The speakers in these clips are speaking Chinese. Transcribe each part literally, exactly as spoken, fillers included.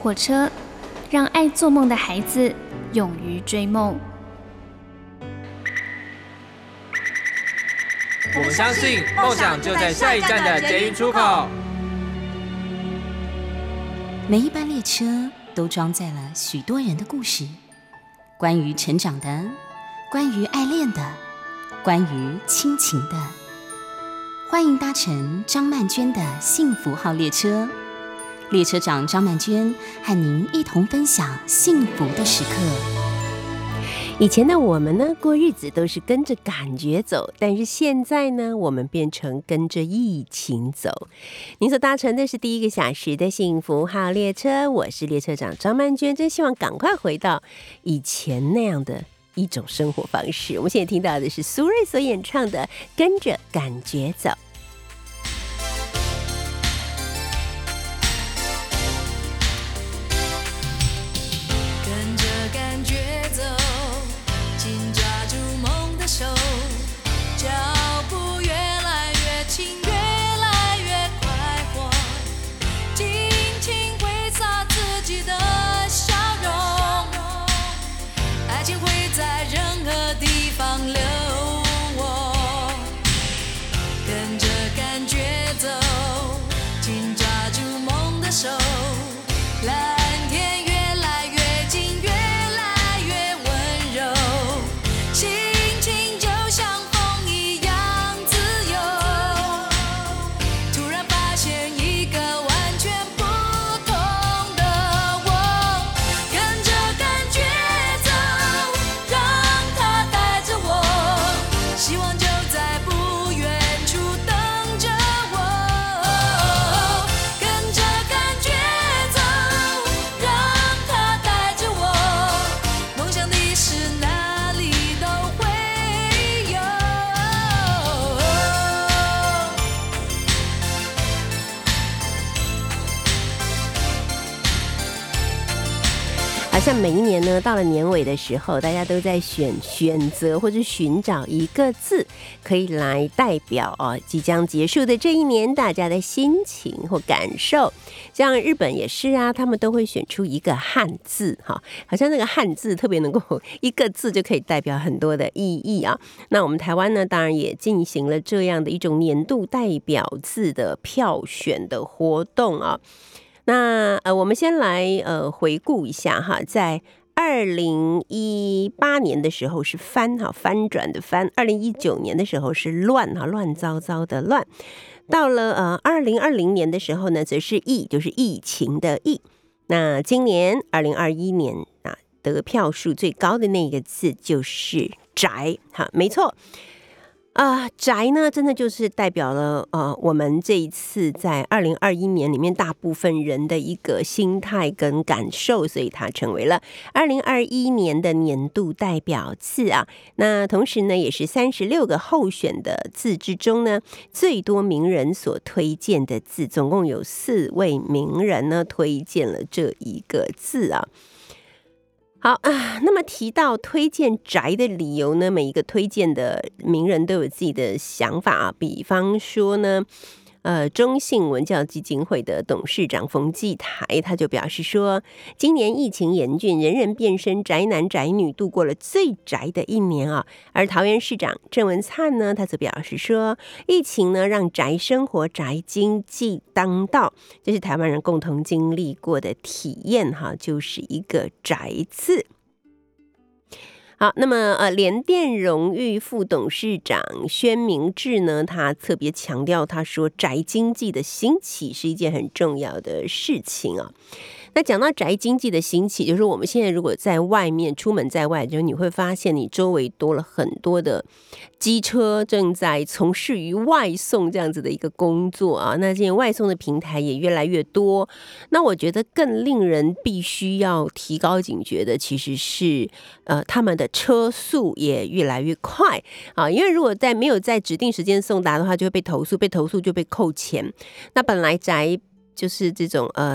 火车，让爱做梦的孩子勇于追梦。 我们相信梦想就在下一站的捷运出口。 每一班列车都装载了许多人的故事，关于成长的，关于爱恋的，关于亲情的。欢迎搭乘张曼娟的幸福号列车，列车长张曼娟和您一同分享幸福的时刻。 以前的我们呢，过日子都是跟着感觉走，但是现在呢，我们变成跟着疫情走。您所搭乘的是第一个小时的幸福号列车，我是列车长张曼娟，真希望赶快回到以前那样的一种生活方式。我们现在听到的是苏芮所演唱的《跟着感觉走》。 跟着感觉走，紧抓住梦的手，脚步越来越轻，越来越快活，尽情挥洒自己的笑容，爱情会在任何地方留我，跟着感觉走，紧抓住梦的手，蓝天越来越近，越来越温柔，心情就像风一样自由，突然发现一个完全不同的我，跟着感觉走，让它带着我，希望就在不远处等着我，跟着感觉走，让它带着我，梦想的事哪里都会有。 好像每一年呢，到了年尾的时候，大家都在选选择或者寻找一个字，可以来代表哦即将结束的这一年大家的心情或感受。像日本也是啊，他们都会选出一个汉字哈，好像那个汉字特别能够一个字就可以代表很多的意义啊。那我们台湾呢，当然也进行了这样的一种年度代表字的票选的活动啊。那呃，我们先来呃回顾一下哈，在二零一八年的时候是翻哈翻转的翻，二零一九年的时候是乱哈乱糟糟的乱，到了呃二零二零年的时候呢，则是疫，就是疫情的疫。那今年二零二一年啊，得票数最高的那个字就是宅哈，没错。啊、呃，宅呢，真的就是代表了呃，我们这一次在二零二一年里面大部分人的一个心态跟感受，所以它成为了二零二一年的年度代表字啊。那同时呢，也是三十六个候选的字之中呢，最多名人所推荐的字，总共有四位名人呢推荐了这一个字啊。好啊，那么提到推荐宅的理由呢，每一个推荐的名人都有自己的想法啊。比方说呢，呃，中信文教基金会的董事长冯骥台，他就表示说，今年疫情严峻，人人变身宅男宅女，度过了最宅的一年啊。而桃园市长郑文灿呢，他则表示说，疫情呢让宅生活、宅经济当道，这是台湾人共同经历过的体验哈，就是一个宅字。好，那么呃，联电荣誉副董事长宣明智呢，他特别强调，他说宅经济的兴起是一件很重要的事情啊。那讲到宅经济的兴起，就是我们现在如果在外面出门在外，就是你会发现你周围多了很多的机车正在从事于外送这样子的一个工作啊。那这些外送的平台也越来越多。那我觉得更令人必须要提高警觉的，其实是呃他们的车速也越来越快啊。因为如果在没有在指定时间送达的话，就会被投诉，被投诉就被扣钱。那本来宅就是这种呃。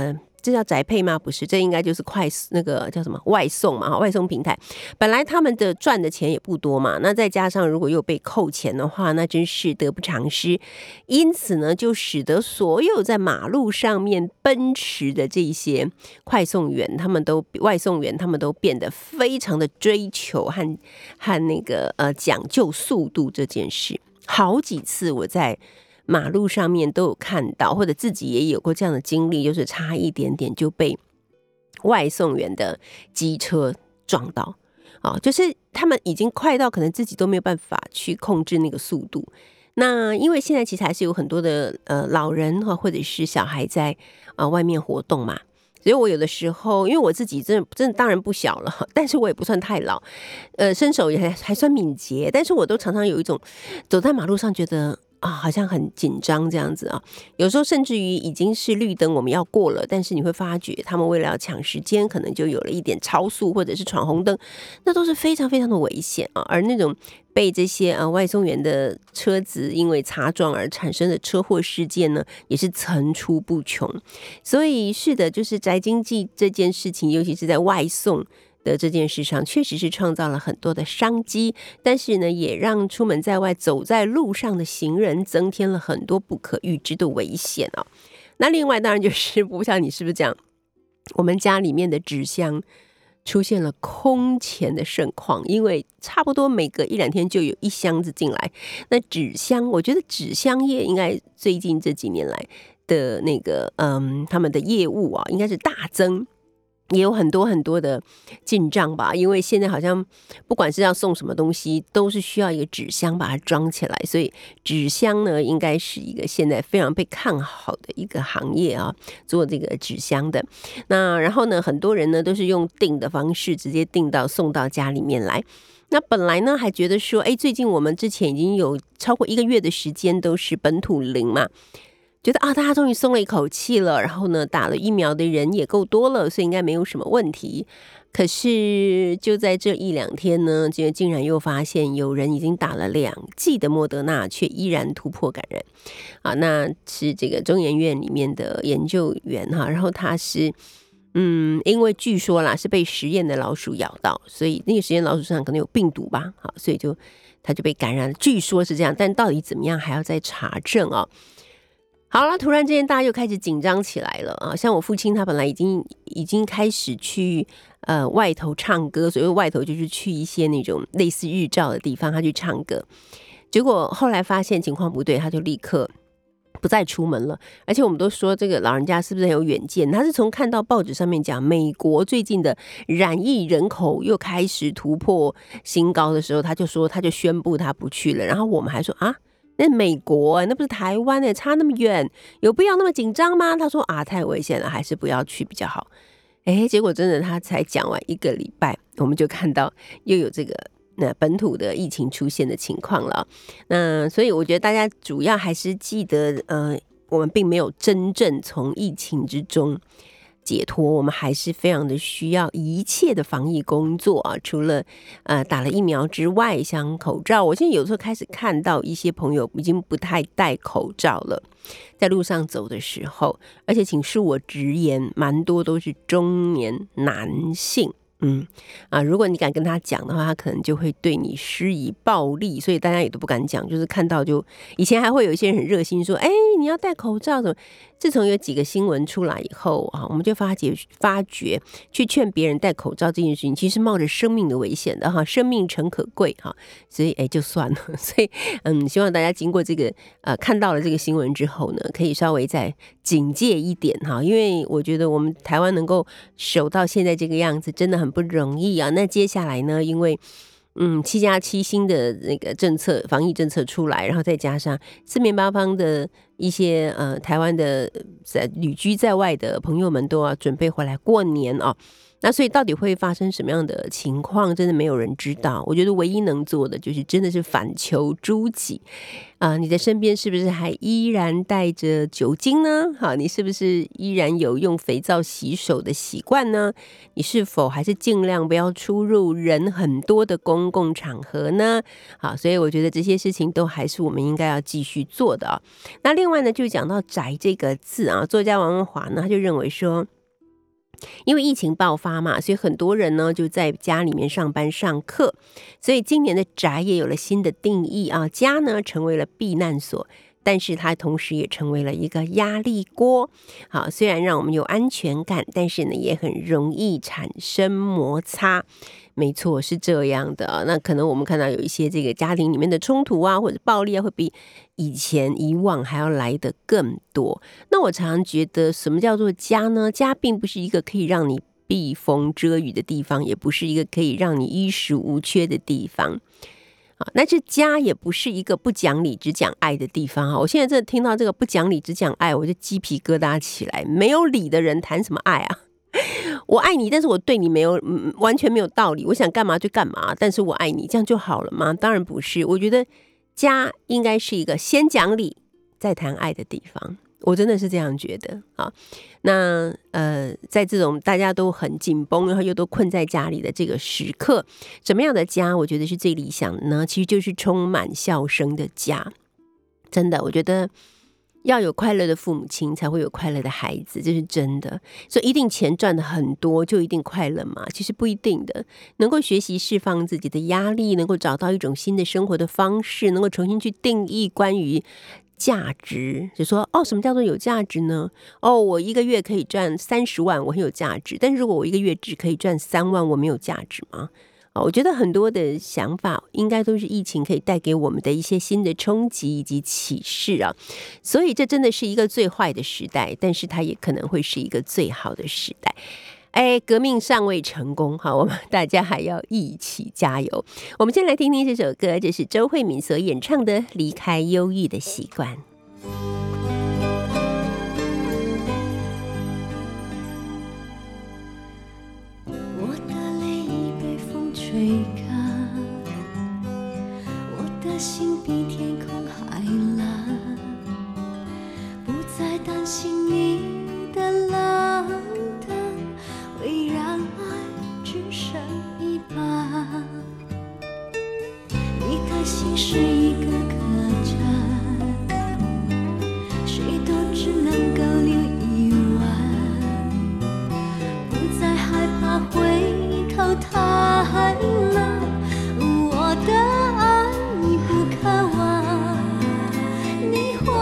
这叫宅配吗？不是，这应该就是快那个叫什么外送嘛，外送平台。本来他们的赚的钱也不多嘛，那再加上如果又被扣钱的话，那真是得不偿失。因此呢，就使得所有在马路上面奔驰的这些快送员，他们都外送员，他们都变得非常的追求和和那个呃讲究速度这件事。好几次我在马路上面都有看到，或者自己也有过这样的经历，就是差一点点就被外送员的机车撞到。哦，就是他们已经快到可能自己都没有办法去控制那个速度。那因为现在其实还是有很多的呃老人或者是小孩在呃外面活动嘛，所以我有的时候，因为我自己真的真的当然不小了，但是我也不算太老，呃，身手也还还算敏捷，但是我都常常有一种走在马路上觉得啊，好像很紧张这样子啊。有时候甚至于已经是绿灯，我们要过了，但是你会发觉他们为了要抢时间，可能就有了一点超速或者是闯红灯，那都是非常非常的危险啊。而那种被这些呃外送员的车子因为擦撞而产生的车祸事件呢，也是层出不穷。所以是的，就是宅经济这件事情，尤其是在外送的这件事上，确实是创造了很多的商机，但是呢，也让出门在外走在路上的行人增添了很多不可预知的危险哦。那另外当然就是，我不知道你是不是这样，我们家里面的纸箱出现了空前的盛况，因为差不多每隔一两天就有一箱子进来。那纸箱，我觉得纸箱业应该最近这几年来的那个嗯，他们的业务啊，应该是大增。也有很多很多的进账吧，因为现在好像不管是要送什么东西，都是需要一个纸箱把它装起来，所以纸箱呢，应该是一个现在非常被看好的一个行业啊，做这个纸箱的。那然后呢，很多人呢都是用订的方式直接订到送到家里面来。那本来呢还觉得说，哎，最近我们之前已经有超过一个月的时间都是本土零嘛。觉得啊，大家终于松了一口气了，然后呢，打了疫苗的人也够多了，所以应该没有什么问题。可是就在这一两天呢，竟然又发现有人已经打了两剂的莫德纳，却依然突破感染啊！那是这个中研院里面的研究员哈，然后他是嗯，因为据说啦是被实验的老鼠咬到，所以那个实验老鼠身上可能有病毒吧，好，所以就他就被感染了，据说是这样，但到底怎么样还要再查证哦。好了，突然之间大家又开始紧张起来了啊！像我父亲他本来已经已经开始去呃外头唱歌，所谓外头就是去一些那种类似日照的地方，他去唱歌。结果后来发现情况不对，他就立刻不再出门了。而且我们都说这个老人家是不是很有远见？他是从看到报纸上面讲美国最近的染疫人口又开始突破新高的时候，他就说他就宣布他不去了。然后我们还说啊。那美国那不是台湾呢，差那么远，有必要那么紧张吗？他说啊，太危险了，还是不要去比较好。哎，结果真的他才讲完一个礼拜，我们就看到又有这个那本土的疫情出现的情况了。那所以我觉得大家主要还是记得，呃，我们并没有真正从疫情之中解脱，我们还是非常的需要一切的防疫工作啊！除了呃打了疫苗之外，像口罩，我现在有时候开始看到一些朋友已经不太戴口罩了，在路上走的时候，而且请恕我直言，蛮多都是中年男性。嗯啊，如果你敢跟他讲的话，他可能就会对你施以暴力，所以大家也都不敢讲。就是看到就以前还会有一些人很热心说，哎，你要戴口罩什么。自从有几个新闻出来以后啊，我们就发觉发觉去劝别人戴口罩这件事情，其实冒着生命的危险的哈，生命诚可贵哈，所以哎就算了。所以嗯，希望大家经过这个呃看到了这个新闻之后呢，可以稍微再警戒一点哈，因为我觉得我们台湾能够守到现在这个样子，真的很不容易啊。那接下来呢，因为嗯，七加七新的那个政策，防疫政策出来，然后再加上四面八方的一些呃台湾的在旅居在外的朋友们都要准备回来过年哦。那所以到底会发生什么样的情况，真的没有人知道。我觉得唯一能做的就是真的是反求诸己啊、呃！你的身边是不是还依然带着酒精呢？好，你是不是依然有用肥皂洗手的习惯呢？你是否还是尽量不要出入人很多的公共场合呢？好，所以我觉得这些事情都还是我们应该要继续做的啊、哦。那另外呢，就讲到宅这个字啊，作家王文华呢，他就认为说， 因为疫情爆发嘛，所以很多人呢就在家里面上班上课，所以今年的宅也有了新的定义啊，家呢成为了避难所，但是它同时也成为了一个压力锅。好，虽然让我们有安全感，但是呢也很容易产生摩擦。没错，是这样的啊。那可能我们看到有一些这个家庭里面的冲突啊，或者暴力啊，会比以前以往还要来得更多。那我常常觉得，什么叫做家呢？家并不是一个可以让你避风遮雨的地方，也不是一个可以让你衣食无缺的地方。啊，那这家也不是一个不讲理只讲爱的地方啊！我现在真的听到这个不讲理只讲爱，我就鸡皮疙瘩起来。没有理的人谈什么爱啊？我爱你，但是我对你没有、嗯、完全没有道理，我想干嘛就干嘛，但是我爱你，这样就好了吗？当然不是。我觉得家应该是一个先讲理再谈爱的地方，我真的是这样觉得啊。那呃，在这种大家都很紧绷，然后又都困在家里的这个时刻，什么样的家我觉得是最理想的呢？其实就是充满笑声的家。真的，我觉得要有快乐的父母亲，才会有快乐的孩子，这是真的。所以一定钱赚的很多就一定快乐吗？其实不一定的。能够学习释放自己的压力，能够找到一种新的生活的方式，能够重新去定义关于价值，就说哦，什么叫做有价值呢？哦，我一个月可以赚三十万，我很有价值。但是如果我一个月只可以赚三万，我没有价值吗？我觉得很多的想法应该都是疫情可以带给我们的一些新的冲击以及启示啊，所以这真的是一个最坏的时代，但是它也可能会是一个最好的时代。哎，革命尚未成功，好，我们大家还要一起加油。我们先来听听这首歌，这是周慧敏所演唱的《离开忧郁的习惯》。 吹干，我的心比天空还蓝，不再担心你的冷淡会让爱只剩一半。你的心是一个客栈，谁都只能够留一晚，不再害怕回头太冷，我的爱你不渴望你还。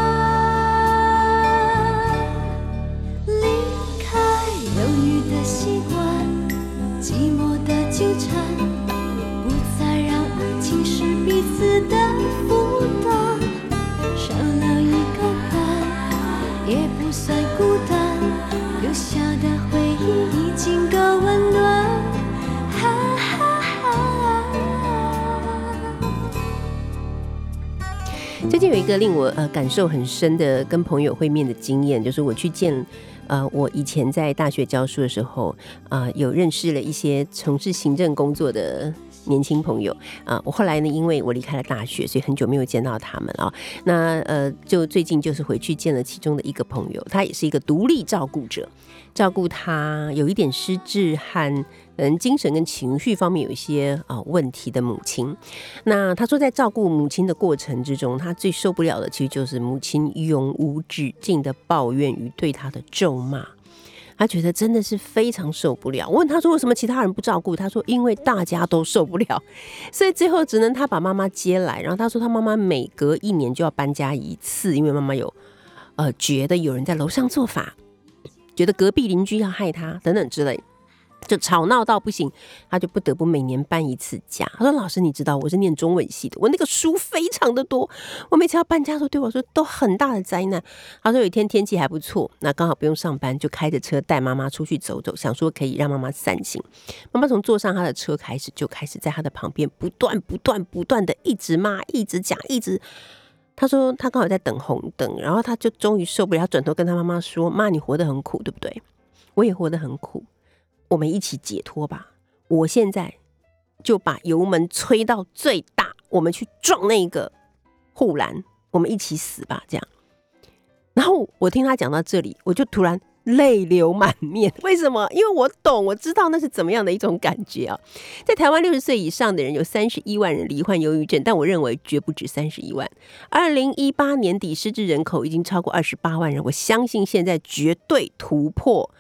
离开忧郁的习惯，寂寞的纠缠，不再让爱情是彼此的负担。少了一个伴，也不算孤单，留下的回忆已经够温暖。 最近有一个令我呃感受很深的跟朋友会面的经验，就是我去见呃我以前在大学教书的时候啊、呃，有认识了一些从事行政工作的年轻朋友啊、呃。我后来呢，因为我离开了大学，所以很久没有见到他们啊。那呃，就最近就是回去见了其中的一个朋友，他也是一个独立照顾者，照顾他有一点失智和嗯精神跟情绪方面有一些啊、呃、问题的母亲。那他说，在照顾母亲的过程之中，他最受不了的其实就是母亲永无止境的抱怨与对他的咒骂。他觉得真的是非常受不了。我问他说为什么其他人不照顾，他说因为大家都受不了，所以最后只能他把妈妈接来。然后他说他妈妈每隔一年就要搬家一次，因为妈妈有呃觉得有人在楼上做法，觉得隔壁邻居要害他等等之类，就吵闹到不行，他就不得不每年搬一次家。他说老师你知道我是念中文系的，我那个书非常的多，我每次要搬家的时候对我说都很大的灾难。他说有一天天气还不错，那刚好不用上班，就开着车带妈妈出去走走，想说可以让妈妈散心。妈妈从坐上他的车开始，就开始在他的旁边不断不断不断的一直骂一直讲一直。他说他刚好在等红灯，然后他就终于受不了，转头跟他妈妈说，妈你活得很苦对不对？我也活得很苦，我们一起解脱吧。我现在就把油门吹到最大，我们去撞那个护栏，我们一起死吧这样。然后我听他讲到这里，我就突然泪流满面。为什么？因为我懂，我知道那是怎么样的一种感觉啊。在台湾六十岁以上的人有三十一万人罹患忧郁症，但我认为绝不止三十一万。二零一八年底失智人口已经超过二十八万人，我相信现在绝对突破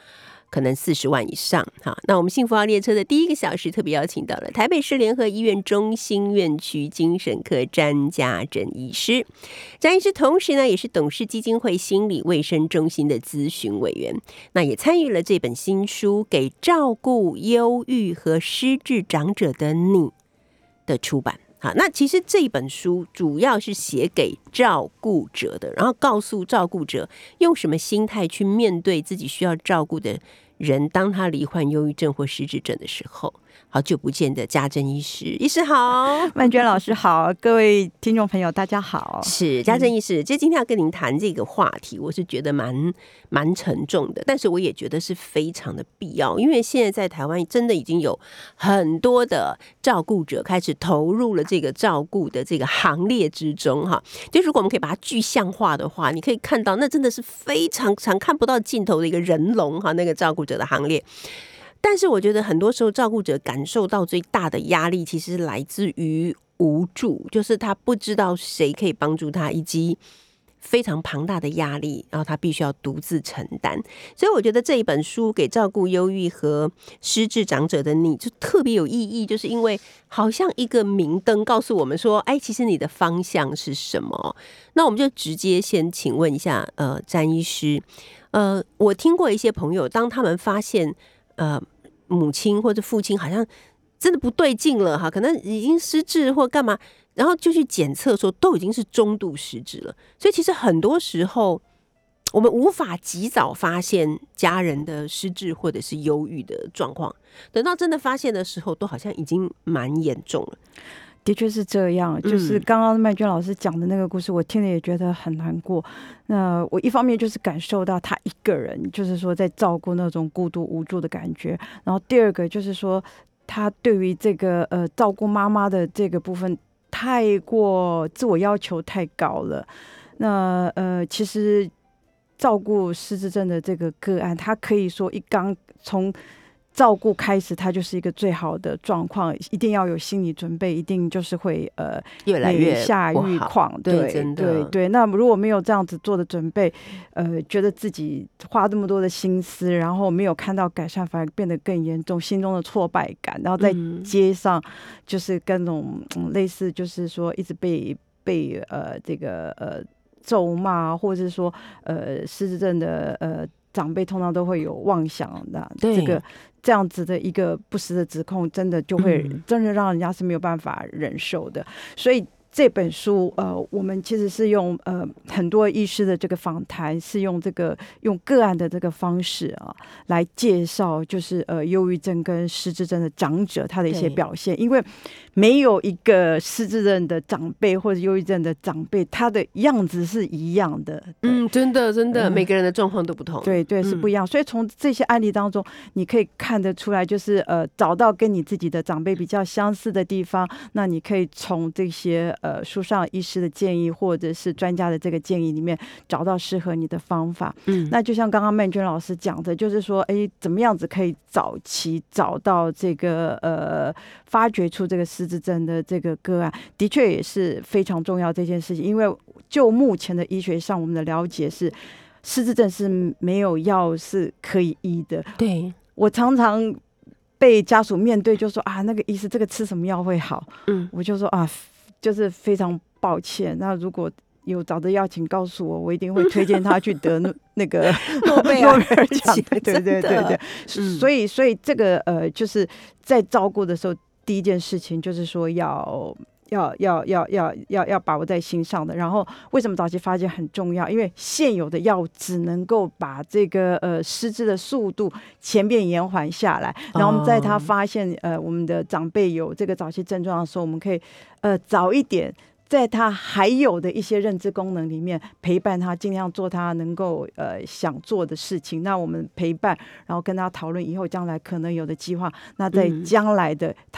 可能四十万以上。好，那我们幸福号列车的第一个小时特别邀请到了台北市联合医院中心院区精神科詹家珍医师。詹医师同时呢也是董事基金会心理卫生中心的咨询委员，那也参与了这本新书《给照顾忧郁和失智长者的你》的出版。好，那其实这本书主要是写给照顾者的，然后告诉照顾者用什么心态去面对自己需要照顾的人，当他罹患忧郁症或失智症的时候。好久不见的家珍医师，医师好， 曼娟老师好，各位听众朋友大家好。 是家珍医师，其实今天要跟您谈这个话题，我是觉得蛮蛮沉重的，但是我也觉得是非常的必要，因为现在在台湾真的已经有很多的照顾者开始投入了这个照顾的这个行列之中哈。就如果我们可以把它具象化的话，你可以看到那真的是非常常看不到尽头的一个人龙哈，那个照顾者的行列。但是我觉得很多时候照顾者感受到最大的压力其实来自于无助，就是他不知道谁可以帮助他，以及非常庞大的压力，然后他必须要独自承担。所以我觉得这一本书给照顾忧郁和失智长者的你就特别有意义，就是因为好像一个明灯告诉我们说，哎，其实你的方向是什么。那我们就直接先请问一下呃，詹医师，呃，我听过一些朋友，当他们发现呃，母亲或者父亲好像真的不对劲了哈，可能已经失智或干嘛，然后就去检测说都已经是中度失智了。所以其实很多时候我们无法及早发现家人的失智或者是忧郁的状况，等到真的发现的时候，都好像已经蛮严重了。 的确是这样，就是刚刚曼娟老师讲的那个故事，我听了也觉得很难过。那我一方面就是感受到他一个人，就是说在照顾那种孤独无助的感觉，然后第二个就是说他对于这个呃照顾妈妈的这个部分太过自我要求太高了。那呃其实照顾失智症的这个个案，他可以说一刚从照顾开始，它就是一个最好的状况，一定要有心理准备，一定就是会呃越来越下愈况， 对，真的对对。那如果没有这样子做的准备，呃，觉得自己花这么多的心思，然后没有看到改善，反而变得更严重，心中的挫败感，然后在街上就是各种、嗯、类似，就是说一直被被呃这个呃咒骂，或者是说呃失智症的呃。长辈通常都会有妄想的，这个这样子的一个不实的指控，真的就会真的让人家是没有办法忍受的。所以这本书，呃，我们其实是用呃很多医师的这个访谈，是用这个用个案的这个方式啊，来介绍就是呃忧郁症跟失智症的长者他的一些表现，因为没有一个失智症的长辈或者忧郁症的长辈，他的样子是一样的。 嗯，真的真的、嗯，每个人的状况都不同。 对对，是不一样。嗯、所以从这些案例当中，你可以看得出来，就是呃找到跟你自己的长辈比较相似的地方，那你可以从这些呃书上医师的建议或者是专家的这个建议里面找到适合你的方法。嗯，那就像刚刚曼娟老师讲的，就是说，哎，怎么样子可以早期找到这个呃发掘出这个失智症的这个个案，的确也是非常重要这件事情。因为就目前的医学上，我们的了解是，失智症是没有药是可以医的。 对， 我常常被家属面对就说啊，那个医师这个吃什么药会好？嗯，我就说啊，就是非常抱歉。那如果有找的药，请告诉我，我一定会推荐他去得那个诺贝尔奖。 对对对对对，嗯、所以所以这个呃，就是在照顾的时候，第一件事情就是说要。要要要要要要把握在心上的。然后为什么早期发现很重要？因为现有的药只能够把这个呃失智的速度前面延缓下来，然后我们在他发现呃我们的长辈有这个早期症状的时候，我们可以呃早一点。在他还有的一些认知功能里面陪伴他，尽量做他能够呃想做的事情。那我们陪伴，然后跟他讨论以后将来可能有的计划。那在将来的他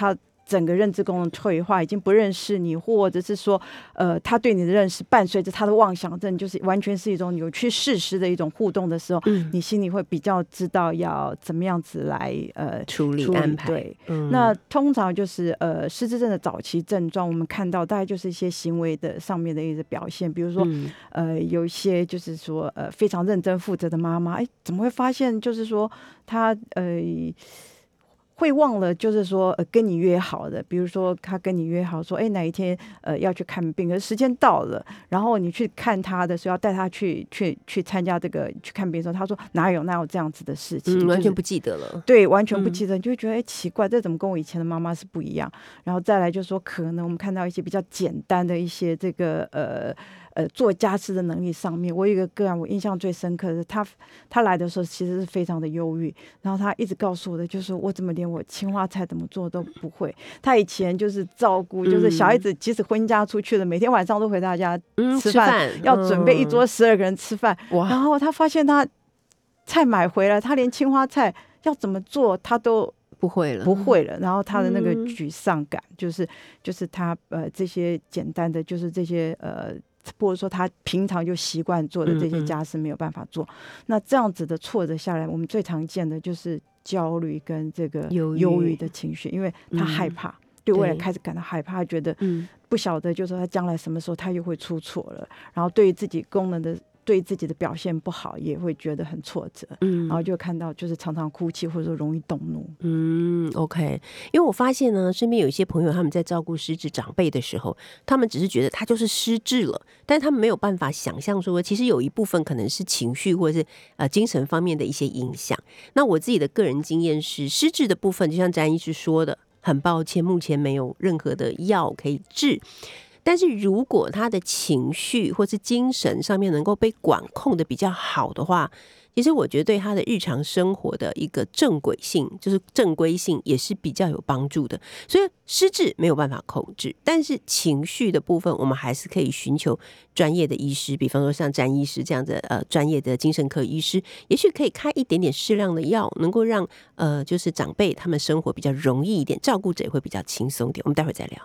整个认知功能退化，已经不认识你，或者是说，呃，他对你的认识伴随着他的妄想症，就是完全是一种扭曲事实的一种互动的时候，嗯、你心里会比较知道要怎么样子来呃处理安排。 对， 嗯、 那通常就是呃失智症的早期症状，我们看到大概就是一些行为的上面的一些表现，比如说、嗯、呃有一些就是说呃非常认真负责的妈妈，哎，怎么会发现就是说她呃。会忘了，就是说，呃，跟你约好的，比如说他跟你约好说，哎，哪一天呃要去看病，可是时间到了，然后你去看他的时候，要带他去去去参加这个去看病的时候，他说哪有哪有这样子的事情， 嗯就是、 完全不记得了， 对，完全不记得，嗯、你就会觉得哎奇怪，这怎么跟我以前的妈妈是不一样？然后再来就是说，可能我们看到一些比较简单的一些这个呃。呃，做家事的能力上面，我有一个个案，我印象最深刻的是他，他来的时候其实是非常的忧郁，然后他一直告诉我的就是我怎么连我青花菜怎么做都不会。他以前就是照顾，就是小孩子即使婚嫁出去了，嗯、每天晚上都回到家吃饭，嗯、要准备一桌十二个人吃饭。嗯、然后他发现他菜买回来，他连青花菜要怎么做他都。 不会了， 不会了。然后他的那个沮丧感，嗯、就是就是他呃这些简单的，就是这些呃。或者说他平常就习惯做的这些家事没有办法做，嗯嗯那这样子的挫折下来，我们最常见的就是焦虑跟这个忧郁的情绪，因为他害怕，嗯、对未来开始感到害怕，他觉得不晓得就是说他将来什么时候他又会出错了，然后对于自己功能的。对自己的表现不好，也会觉得很挫折，嗯，然后就看到就是常常哭泣，或者说容易动怒， 嗯 ，OK， 因为我发现呢，身边有一些朋友他们在照顾失智长辈的时候，他们只是觉得他就是失智了，但是他们没有办法想象说，其实有一部分可能是情绪或者是呃精神方面的一些影响。那我自己的个人经验是，失智的部分，就像詹医师说的，很抱歉，目前没有任何的药可以治。但是如果他的情绪或是精神上面能够被管控的比较好的话，其实我觉得对他的日常生活的一个正轨性，就是正规性也是比较有帮助的。所以失智没有办法控制，但是情绪的部分我们还是可以寻求专业的医师，比方说像詹医师这样的呃专业的精神科医师，也许可以开一点点适量的药，能够让呃就是长辈他们生活比较容易一点，照顾者也会比较轻松一点。我们待会再聊。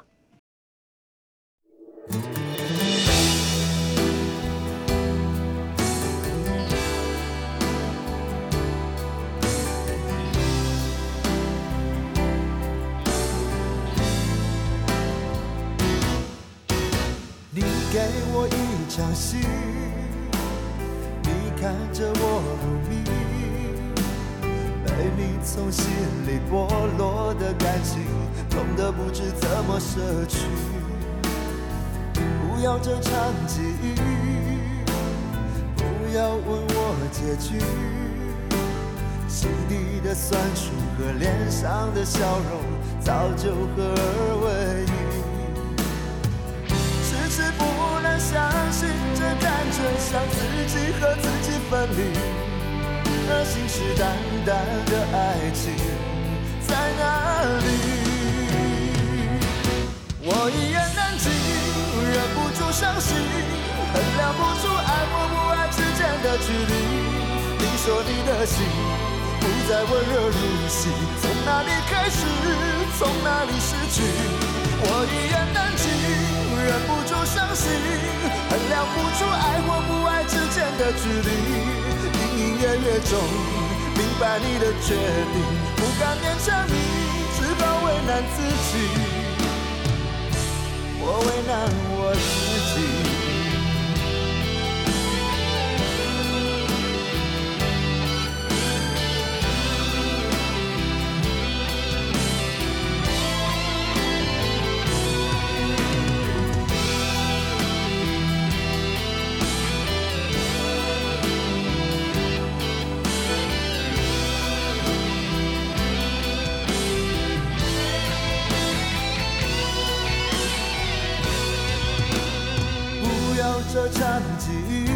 你给我一场戏，你看着我入迷，被你从心里剥落的感情，痛得不知怎么舍去。不要这场记忆，不要问我结局，心底的酸楚和脸上的笑容早就合二为一。迟迟不能相信，这感觉像自己和自己分离，而信誓旦旦的爱情在哪里？我一言难尽，忍不住伤心，衡量不出爱或不爱之间的距离。你说你的心不再温热如昔，从哪里开始，从哪里失去？我一言难尽，忍不住伤心，衡量不出爱或不爱之间的距离。隐隐约约中，明白你的决定，不敢勉强你，只好为难自己。我为难我自己。这场记忆，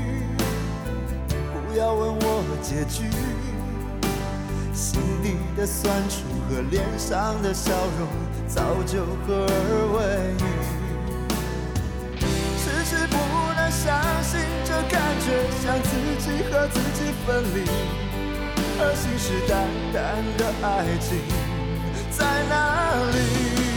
不要问我结局，心底的酸楚和脸上的笑容早就合二为一。迟迟不能相信，这感觉像自己和自己分离，而信誓旦旦的爱情在哪里？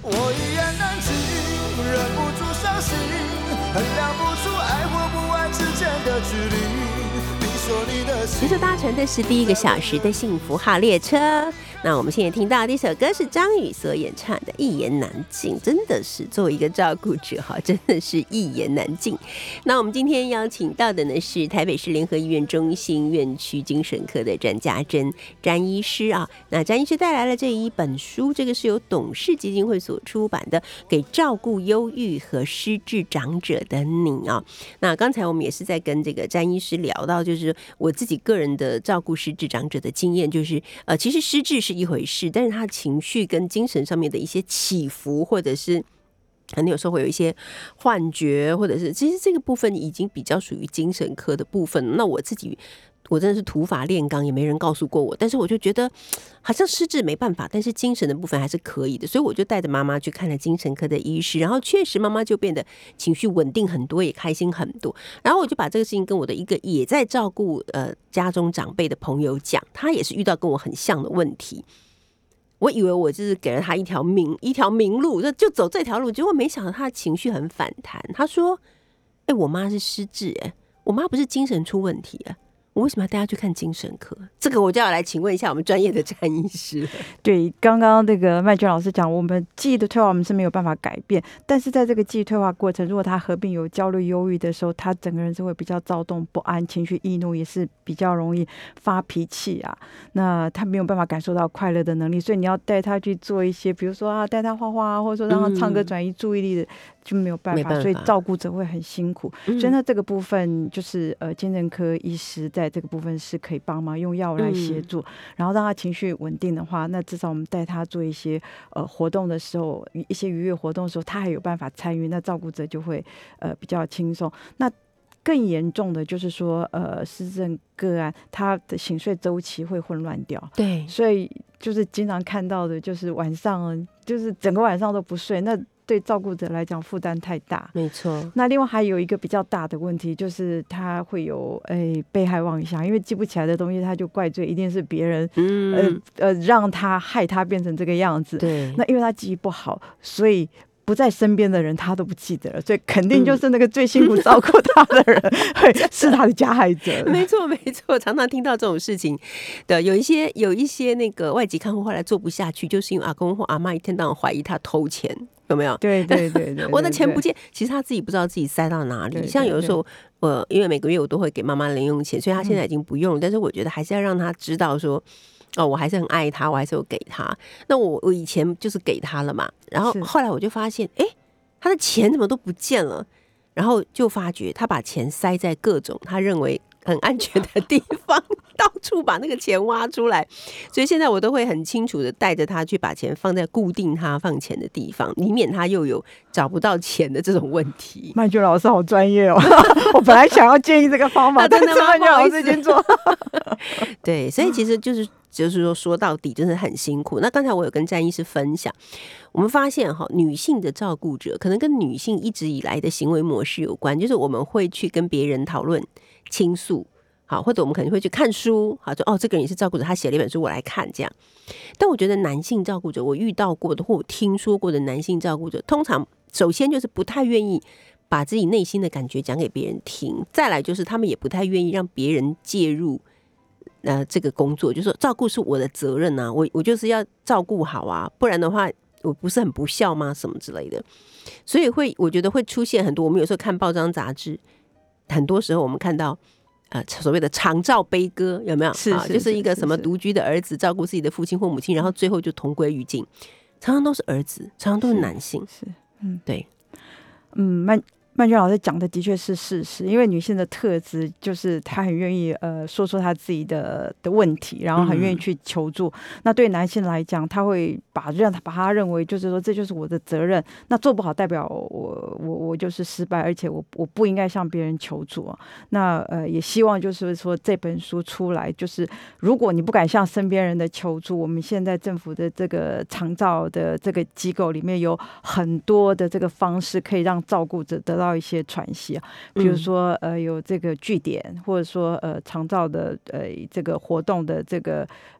我一言难尽，忍不住伤心，衡量不出爱或不爱之间的距离。你说你的心， 其实搭乘的是第一个小时的幸福号列车。那我们现在听到的一首歌是张宇所演唱的《一言难尽》，真的是作为一个照顾者哈，真的是一言难尽。那我们今天邀请到的呢是台北市联合医院中心院区精神科的詹家珍詹医师啊。那詹医师带来了这一本书，这个是由董氏基金会所出版的《给照顾忧郁和失智长者的你》啊。那刚才我们也是在跟这个詹医师聊到，就是我自己个人的照顾失智长者的经验，就是呃，其实失智是一回事，但是他情绪跟精神上面的一些起伏，或者是可能有时候会有一些幻觉，或者是其实这个部分已经比较属于精神科的部分。那我自己我真的是土法炼钢，也没人告诉过我，但是我就觉得好像失智没办法，但是精神的部分还是可以的，所以我就带着妈妈去看了精神科的医师，然后确实妈妈就变得情绪稳定很多，也开心很多。然后我就把这个事情跟我的一个也在照顾呃家中长辈的朋友讲，他也是遇到跟我很像的问题。我以为我就是给了他一条明一条明路，就就走这条路，结果没想到他的情绪很反弹。他说：“哎、欸，我妈是失智，哎，我妈不是精神出问题啊。”我为什么要带他去看精神科？这个我就要来请问一下我们专业的詹医师了。 对，刚刚那个麦娟老师讲，我们记忆的退化我们是没有办法改变，但是在这个记忆退化过程，如果他合并有焦虑、忧郁的时候，他整个人是会比较躁动不安，情绪易怒，也是比较容易发脾气啊。那他没有办法感受到快乐的能力，所以你要带他去做一些，比如说啊，带他画画啊，或者说让他唱歌转移注意力的，嗯、就没有办法，所以照顾者会很辛苦。嗯、所以呢，这个部分就是呃，精神科医师在这个部分是可以帮忙用药来协助，嗯、然后让他情绪稳定的话，那至少我们带他做一些呃活动的时候，一些愉悦活动的时候，他还有办法参与，那照顾者就会呃比较轻松。那更严重的就是说，呃，失智个案，他的醒睡周期会混乱掉，对，所以就是经常看到的，就是晚上就是整个晚上都不睡，那对照顾者来讲负担太大，没错。那另外还有一个比较大的问题，就是他会有诶被害妄想，因为记不起来的东西，他就怪罪一定是别人，嗯、呃呃让他害他变成这个样子。对，那因为他记忆不好，所以不在身边的人他都不记得了，所以肯定就是那个最辛苦照顾他的人会是他的加害者。 没错没错，常常听到这种事情的，有一些有一些那个外籍看护后来做不下去，就是因为阿公或阿嬷一天到晚怀疑他偷钱，有没有？对对 对, 对, 对, 对我的钱不见，其实他自己不知道自己塞到哪里。对对对，像有的时候我因为每个月我都会给妈妈零用钱，所以他现在已经不用了，嗯、但是我觉得还是要让他知道说，哦，我还是很爱他，我还是有给他。那我我以前就是给他了嘛，然后后来我就发现，哎，他的钱怎么都不见了，然后就发觉他把钱塞在各种他认为很安全的地方，到处把那个钱挖出来。所以现在我都会很清楚的带着他去把钱放在固定他放钱的地方，以免他又有找不到钱的这种问题。 麦娟老师好专业哦，我本来想要建议这个方法，啊、但是麦娟老师已经做。 对，所以其实就是就是说说到底真的很辛苦。那刚才我有跟詹医师分享，我们发现哈，女性的照顾者可能跟女性一直以来的行为模式有关，就是我们会去跟别人讨论倾诉，好，或者我们可能会去看书，好，就哦，这个人也是照顾者，他写了一本书，我来看这样。但我觉得男性照顾者，我遇到过的或我听说过的男性照顾者，通常首先就是不太愿意把自己内心的感觉讲给别人听，再来就是他们也不太愿意让别人介入。呃，这个工作就是说照顾是我的责任啊，我我就是要照顾好啊，不然的话我不是很不孝吗？什么之类的，所以会我觉得会出现很多。我们有时候看报章杂志，很多时候我们看到呃所谓的长照悲歌，有没有？是, 是, 是、啊、就是一个什么独居的儿子照顾自己的父亲或母亲，然后最后就同归于尽，常常都是儿子，常常都是男性。是, 是嗯，对， 嗯，麦曼娟老师讲的的确是事实，因为女性的特质就是她很愿意呃说出她自己的的问题，然后很愿意去求助。嗯、那对男性来讲，他会把让他把他认为就是说这就是我的责任，那做不好代表我我我就是失败，而且我我不应该向别人求助啊。那呃也希望就是说这本书出来，就是如果你不敢向身边人的求助，我们现在政府的这个长照的这个机构里面有很多的这个方式可以让照顾者得到一些喘息啊，比如说呃有这个据点，或者说呃长照的呃这个活动的这个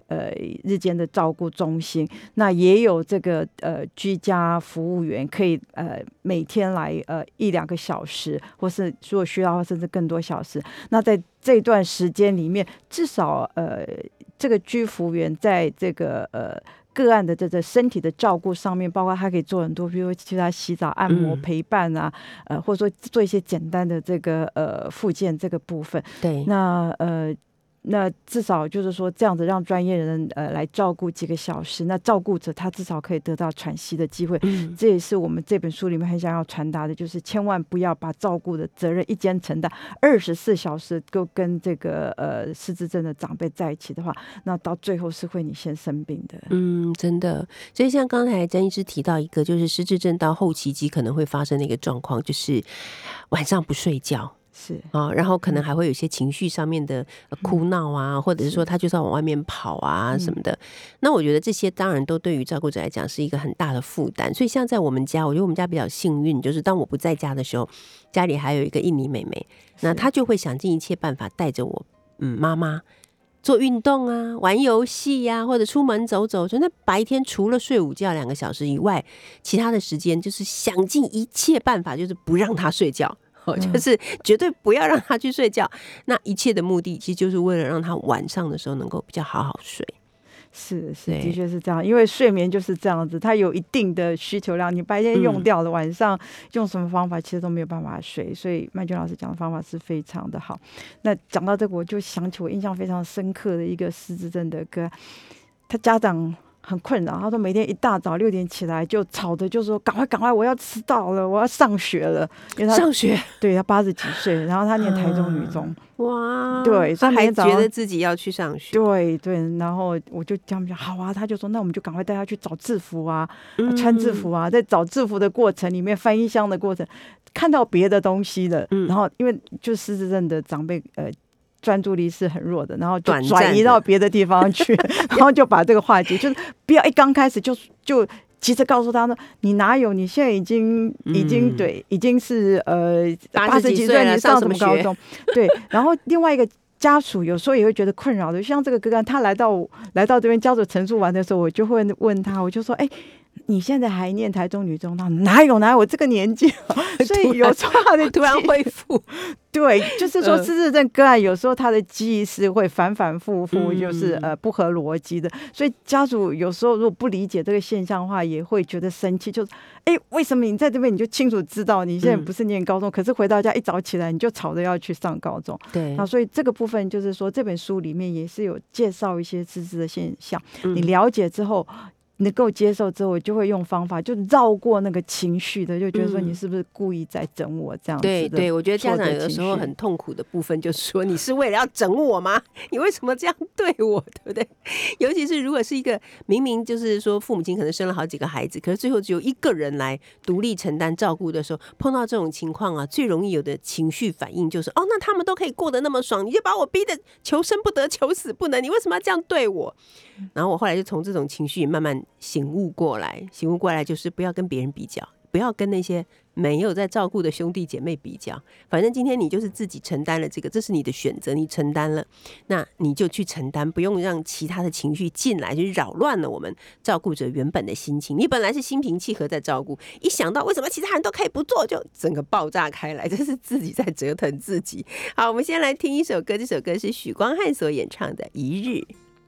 呃日间的照顾中心，那也有这个呃居家服务员可以呃每天来呃一两个小时，或是如果需要甚至更多小时。那在这段时间里面，至少呃这个居服员在这个呃个案的这个身体的照顾上面，包括他可以做很多，比如替他洗澡、按摩、陪伴啊，嗯、呃，或者说做一些简单的这个呃复健这个部分。 对， 那呃。那至少就是说，这样子让专业人呃来照顾几个小时，那照顾者他至少可以得到喘息的机会。嗯，这也是我们这本书里面很想要传达的，就是千万不要把照顾的责任一肩承担，二十四小时都跟这个呃失智症的长辈在一起的话，那到最后是会你先生病的。 嗯，真的。所以像刚才詹医师提到一个，就是失智症到后期期可能会发生的一个状况，就是晚上不睡觉。 是啊，然后可能还会有一些情绪上面的哭闹啊，嗯、或者是说他就是要往外面跑啊什么的。嗯、那我觉得这些当然都对于照顾者来讲是一个很大的负担。所以像在我们家，我觉得我们家比较幸运，就是当我不在家的时候，家里还有一个印尼妹妹，那她就会想尽一切办法带着我，嗯，妈妈做运动啊，玩游戏呀、啊，或者出门走走。就那白天除了睡午觉两个小时以外，其他的时间就是想尽一切办法，就是不让她睡觉。就是绝对不要让他去睡觉，那一切的目的其实就是为了让他晚上的时候能够比较好好睡。 是是，的确是这样，因为睡眠就是这样子，它有一定的需求量，你白天用掉了，嗯、晚上用什么方法其实都没有办法睡，所以曼君老师讲的方法是非常的好。那讲到这个，我就想起我印象非常深刻的一个失智症的歌，他家长很困扰，他说每天一大早六点起来就吵着就说赶快赶快，我要迟到了，我要上学了，因为他上学， 对他八十几岁，然后他念台中女中， 哇， 对， 他还觉得自己要去上学， 对对，然后我就这样讲，好啊，他就说那我们就赶快带他去找制服啊，嗯、穿制服啊，在找制服的过程里面，翻译箱的过程，看到别的东西了，嗯、然后因为就失智症的长辈呃。专注力是很弱的，然后就转移到别的地方去，然后就把这个化解，就是不要一刚开始就就急着告诉他说，你哪有？你现在已经已经、嗯、对，已经是呃八十几岁，你上什么高中？对，然后另外一个。家属有时候也会觉得困扰的，像这个个案，他来到来到这边家属陈述完的时候，我就会问他，我就说，哎、欸。你现在还念台中女中，他哪有哪有我这个年纪，所以有时候他的突然恢复， 对，就是说失智症个案有时候他的记忆是会反反复复，就是呃不合逻辑的，所以家属有时候如果不理解这个现象的话，也会觉得生气，就是哎、欸，为什么你在这边你就清楚知道你现在不是念高中，嗯、可是回到家一早起来你就吵着要去上高中， 对， 那所以这个部分就是说这本书里面也是有介绍一些失智的现象，嗯、你了解之后。能够接受之后，我就会用方法，就绕过那个情绪的，就觉得说你是不是故意在整我这样子的。 对对，我觉得家长有的时候很痛苦的部分，就是说你是为了要整我吗？你为什么这样对我？对不对？尤其是如果是一个明明就是说父母亲可能生了好几个孩子，可是最后只有一个人来独立承担照顾的时候，碰到这种情况啊，最容易有的情绪反应就是哦，那他们都可以过得那么爽，你就把我逼得求生不得，求死不能，你为什么要这样对我？然后我后来就从这种情绪慢慢醒悟过来，醒悟过来就是不要跟别人比较，不要跟那些没有在照顾的兄弟姐妹比较，反正今天你就是自己承担了这个，这是你的选择，你承担了，那你就去承担，不用让其他的情绪进来，就扰乱了我们照顾者原本的心情。你本来是心平气和在照顾，一想到为什么其他人都可以不做，就整个爆炸开来，这是自己在折腾自己。好，我们先来听一首歌，这首歌是许光汉所演唱的《一日》。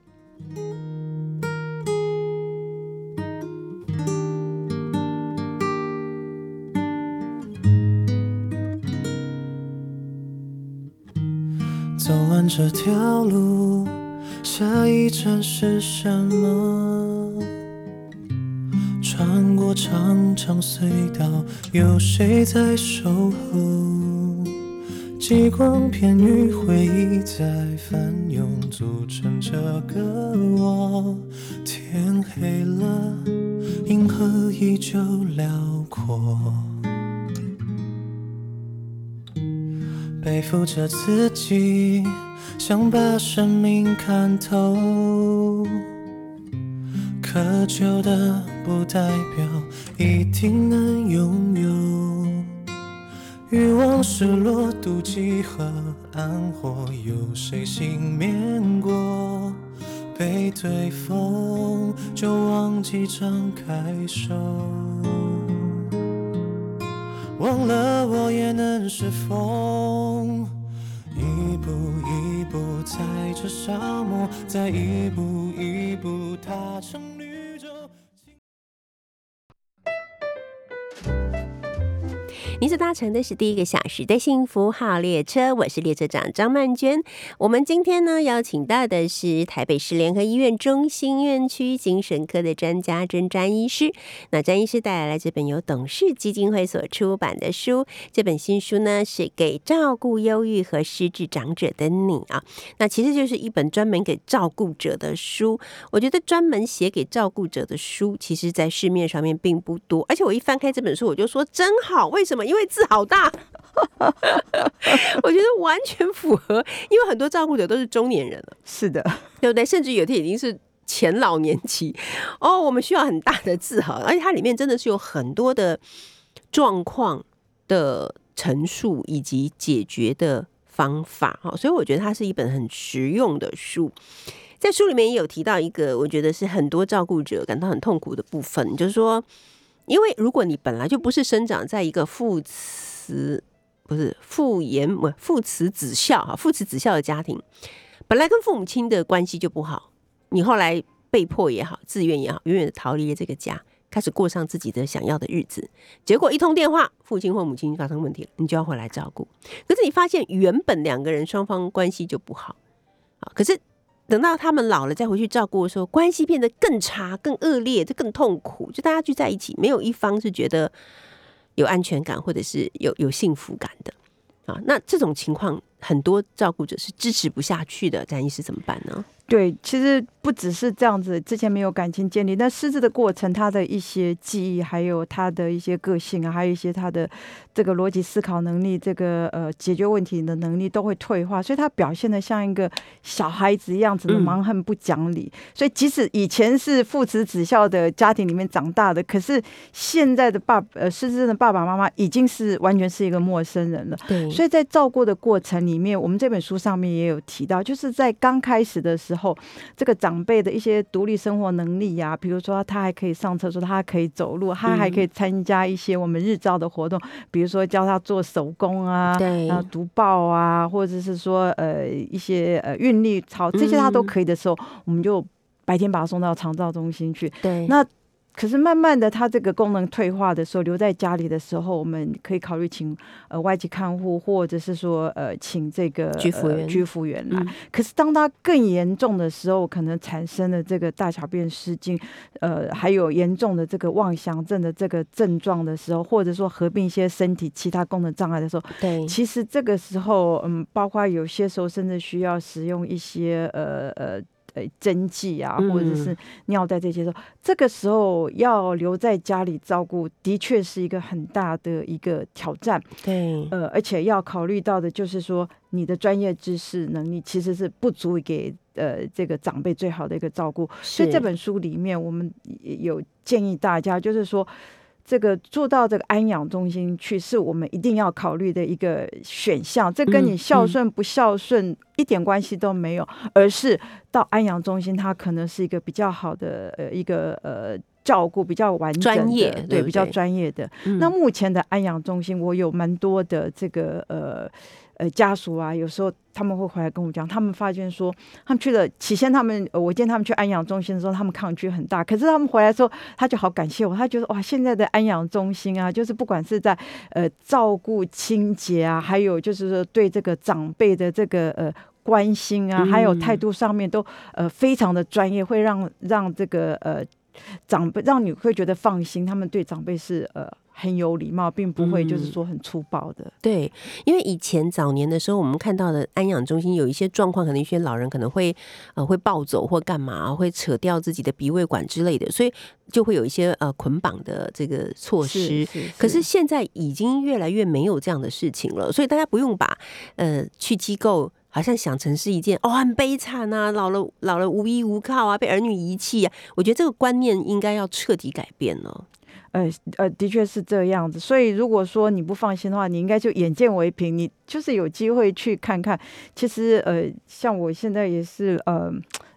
走完这条路，下一站是什么？穿过长长隧道，有谁在守候？极光片与回忆在翻涌，组成这个我。天黑了，银河依旧辽阔。背负着自己，想把生命看透，渴求的不代表一定能拥有。欲望、失落、妒忌和暗火，有谁幸免过？ 被对风，就忘记张开手。忘了我也能是风，一步一步踩着沙漠，再一步一步踏成绿洲。 您所搭乘的是第一个小时的幸福号列车，我是列车长张曼娟。我们今天呢邀请到的是台北市联合医院中心院区精神科的专家甄詹医师。那詹医师带来了这本由董事基金会所出版的书，这本新书呢是给照顾忧郁和失智长者的你啊。那其实就是一本专门给照顾者的书。我觉得专门写给照顾者的书，其实在市面上面并不多。而且我一翻开这本书，我就说真好，为什么？因为字好大。我觉得完全符合，因为很多照顾者都是中年人了， 是的， 对不对？甚至有的已经是前老年期哦，我们需要很大的字哈，而且它里面真的是有很多的状况的陈述以及解决的方法哈，所以我觉得它是一本很实用的书。在书里面也有提到一个，我觉得是很多照顾者感到很痛苦的部分，就是说，因为如果你本来就不是生长在一个父慈不是父严父慈子孝哈父慈子孝的家庭，本来跟父母亲的关系就不好，你后来被迫也好，自愿也好，远远的逃离了这个家，开始过上自己的想要的日子，结果一通电话，父亲或母亲发生问题了，你就要回来照顾。可是你发现原本两个人双方关系就不好，可是等到他们老了再回去照顾的时候，关系变得更差、更恶劣，就更痛苦。就大家聚在一起，没有一方是觉得有安全感或者是有有幸福感的啊。那这种情况，很多照顾者是支持不下去的，詹医师怎么办呢？ 对，其实不只是这样子，之前没有感情建立，但失智的过程，他的一些记忆，还有他的一些个性啊，还有一些他的这个逻辑思考能力，这个呃解决问题的能力都会退化，所以他表现得像一个小孩子一样子的蛮横不讲理。嗯、所以即使以前是父慈子孝的家庭里面长大的，可是现在的爸呃失智的爸爸妈妈已经是完全是一个陌生人了。对，所以在照顾的过程里面，我们这本书上面也有提到，就是在刚开始的时候。后，这个长辈的一些独立生活能力呀、啊，比如说他还可以上厕所，他还可以走路，他还可以参加一些我们日照的活动，嗯、比如说教他做手工啊，对，然后读报啊，或者是说呃一些呃韵律操，这些他都可以的时候，嗯、我们就白天把他送到长照中心去。对，那。可是慢慢的，他这个功能退化的时候，留在家里的时候，我们可以考虑请呃外籍看护，或者是说呃请这个居服员、呃、居服员来。嗯、可是当他更严重的时候，可能产生了这个大小便失禁，呃，还有严重的这个妄想症的这个症状的时候，或者说合并一些身体其他功能障碍的时候，对，其实这个时候，嗯，包括有些时候甚至需要使用一些呃呃。呃，针剂啊，或者是尿袋这些时候，嗯、这个时候要留在家里照顾，的确是一个很大的一个挑战。对，呃，而且要考虑到的就是说，你的专业知识能力其实是不足以给呃这个长辈最好的一个照顾。所以这本书里面，我们有建议大家，就是说。这个做到这个安养中心去，是我们一定要考虑的一个选项。这跟你孝顺不孝顺一点关系都没有，嗯、而是到安养中心，它可能是一个比较好的呃一个呃照顾，比较完整的，专业 对, 对, 对比较专业的。嗯、那目前的安养中心，我有蛮多的这个呃。呃，家属啊，有时候他们会回来跟我讲，他们发现说，他们去了，起先他们，呃、我见他们去安养中心的时候，他们抗拒很大，可是他们回来的时候，他就好感谢我，他觉得哇，现在的安养中心啊，就是不管是在呃照顾清洁啊，还有就是说对这个长辈的这个呃关心啊，还有态度上面都呃非常的专业，会让让这个呃长辈让你会觉得放心，他们对长辈是呃。很有礼貌，并不会就是说很粗暴的。嗯、对，因为以前早年的时候，我们看到的安养中心有一些状况，可能一些老人可能会呃会暴走或干嘛，会扯掉自己的鼻胃管之类的，所以就会有一些呃捆绑的这个措施。是是是，可是现在已经越来越没有这样的事情了，所以大家不用把呃去机构。好像想成是一件哦很悲惨啊，老了老了无依无靠啊，被儿女遗弃啊，我觉得这个观念应该要彻底改变了。呃呃，的确是这样子。所以如果说你不放心的话，你应该就眼见为凭，你就是有机会去看看。其实呃，像我现在也是呃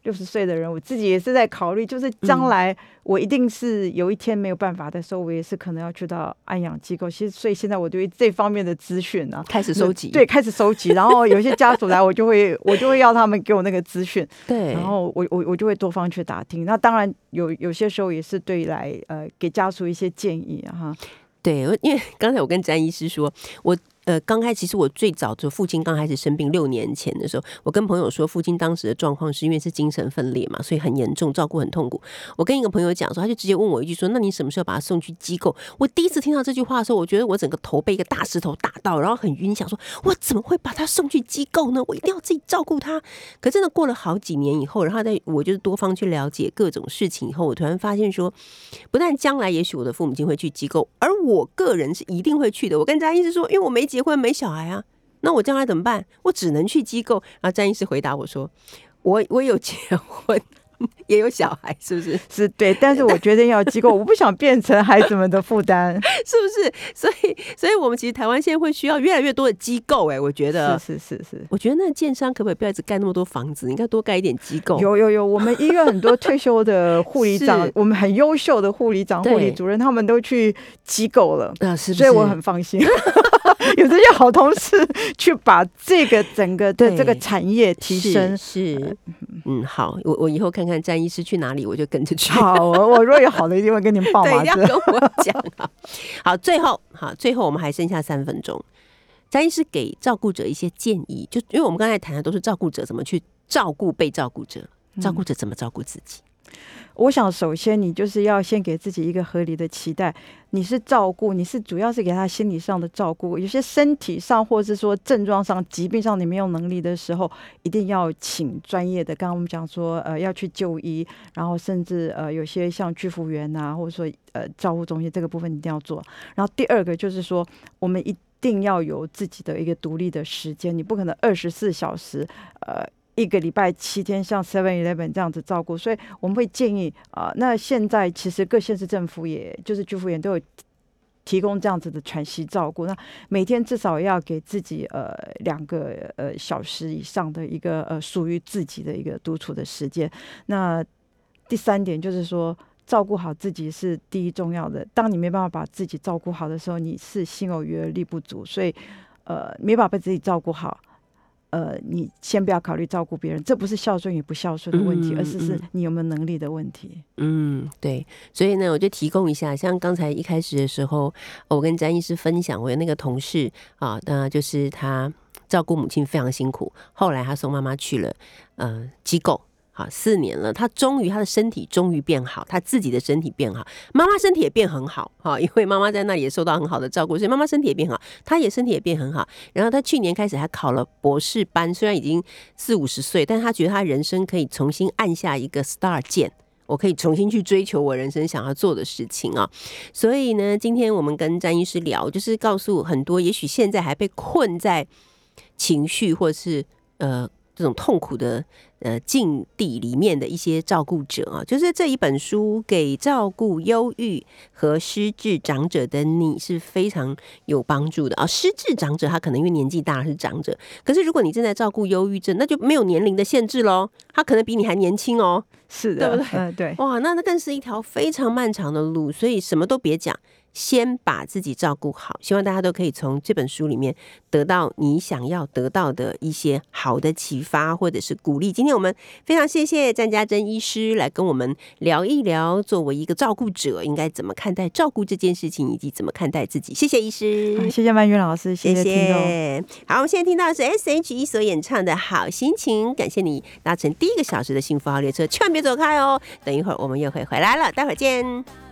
六十岁的人，我自己也是在考虑，就是将来我一定是有一天没有办法的时候，我也是可能要去到安养机构。其实，所以现在我对这方面的资讯啊， 开始收集， 对，开始收集。然后有些家属来，我就会我就会要他们给我那个资讯， 对， 然后我我我就会多方去打听。那当然有有些时候也是对来呃给家属一些建议啊哈。 对，因为刚才我跟詹医师说，我呃刚开始其实我最早就父亲刚开始生病六年前的时候，我跟朋友说，父亲当时的状况是因为是精神分裂嘛，所以很严重，照顾很痛苦。我跟一个朋友讲说，他就直接问我一句说，那你什么时候把他送去机构？我第一次听到这句话的时候，我觉得我整个头被一个大石头打到，然后很晕，想说我怎么会把他送去机构呢？我一定要自己照顾他。可真的过了好几年以后，然后在我就是多方去了解各种事情以后，我突然发现说，不但将来也许我的父母亲会去机构，而我个人是一定会去的。我跟詹医师说，因为我没结婚没小孩啊，那我将来怎么办？我只能去机构。然后詹医师回答我说，我我有结婚也有小孩，是不是？ 是对，但是我决定要机构，我不想变成孩子们的负担， 是不是？所以，所以我们其实台湾现在会需要越来越多的机构、欸，哎，我觉得是是是是。 我觉得那建商可不可以不要一直盖那么多房子，应该多盖一点机构？ 有有有，我们医院很多退休的护理长，我们很优秀的护理长、护理主任，他们都去机构了， 啊，是不是？ 所以我很放心。有这些好同事去把这个整个的这个产业提升， 是，是嗯，好，我我以后看看詹医师去哪里，我就跟着去。 好，我我若有好的，一定会跟您报马子， 对，要跟我讲。好，好，最后，好，最后我们还剩下三分钟，詹医师给照顾者一些建议，就因为我们刚才谈的都是照顾者怎么去照顾被照顾者，照顾者怎么照顾自己。 我想首先你就是要先给自己一个合理的期待，你是照顾，你是主要是给他心理上的照顾，有些身体上或者是说症状上疾病上你没有能力的时候，一定要请专业的，刚刚我们讲说呃要去就医，然后甚至呃有些像居服员啊，或者说呃照护中心，这个部分一定要做。然后第二个就是说我们一定要有自己的一个独立的时间，你不可能二十四小时呃一个礼拜七天像 seven eleven 这样子照顾，所以我们会建议啊、呃，那现在其实各县市政府也就是居服员都有提供这样子的喘息照顾，那每天至少要给自己呃两个呃小时以上的一个呃属于自己的一个独处的时间。那第三点就是说，照顾好自己是第一重要的。当你没办法把自己照顾好的时候，你是心有余而力不足，所以呃没办法把自己照顾好。呃，你先不要考虑照顾别人，这不是孝顺也不孝顺的问题，嗯、而是是你有没有能力的问题。 嗯，对。所以呢，我就提供一下，像刚才一开始的时候，我跟詹医师分享，我有那个同事啊，那就是他照顾母亲非常辛苦，后来他送妈妈去了呃机构。好，四年了，他终于他的身体终于变好，他自己的身体变好，妈妈身体也变很好哈，因为妈妈在那里也受到很好的照顾，所以妈妈身体也变好，他也身体也变很好。然后他去年开始还考了博士班，虽然已经四五十岁，但是他觉得他人生可以重新按下一个 start 键，我可以重新去追求我人生想要做的事情啊。所以呢，今天我们跟詹医师聊，就是告诉很多也许现在还被困在情绪或是呃这种痛苦的呃境地里面的一些照顾者啊，就是这一本书给照顾忧郁和失智长者的你是非常有帮助的啊。失智长者他可能因为年纪大了是长者，可是如果你正在照顾忧郁症，那就没有年龄的限制咯，他可能比你还年轻哦， 是的， 对不对？ 嗯，对。 哇，那那更是一条非常漫长的路，所以什么都别讲。先把自己照顾好，希望大家都可以从这本书里面得到你想要得到的一些好的启发或者是鼓励。今天我们非常谢谢詹家珍医师来跟我们聊一聊，作为一个照顾者应该怎么看待照顾这件事情，以及怎么看待自己。谢谢医师， 谢谢曼云老师，谢谢听众。好，我们现在听到的是 S H E 所演唱的好心情，感谢你搭乘第一个小时的幸福号列车，千万别走开哦。等一会儿我们又会回来了，待会儿见。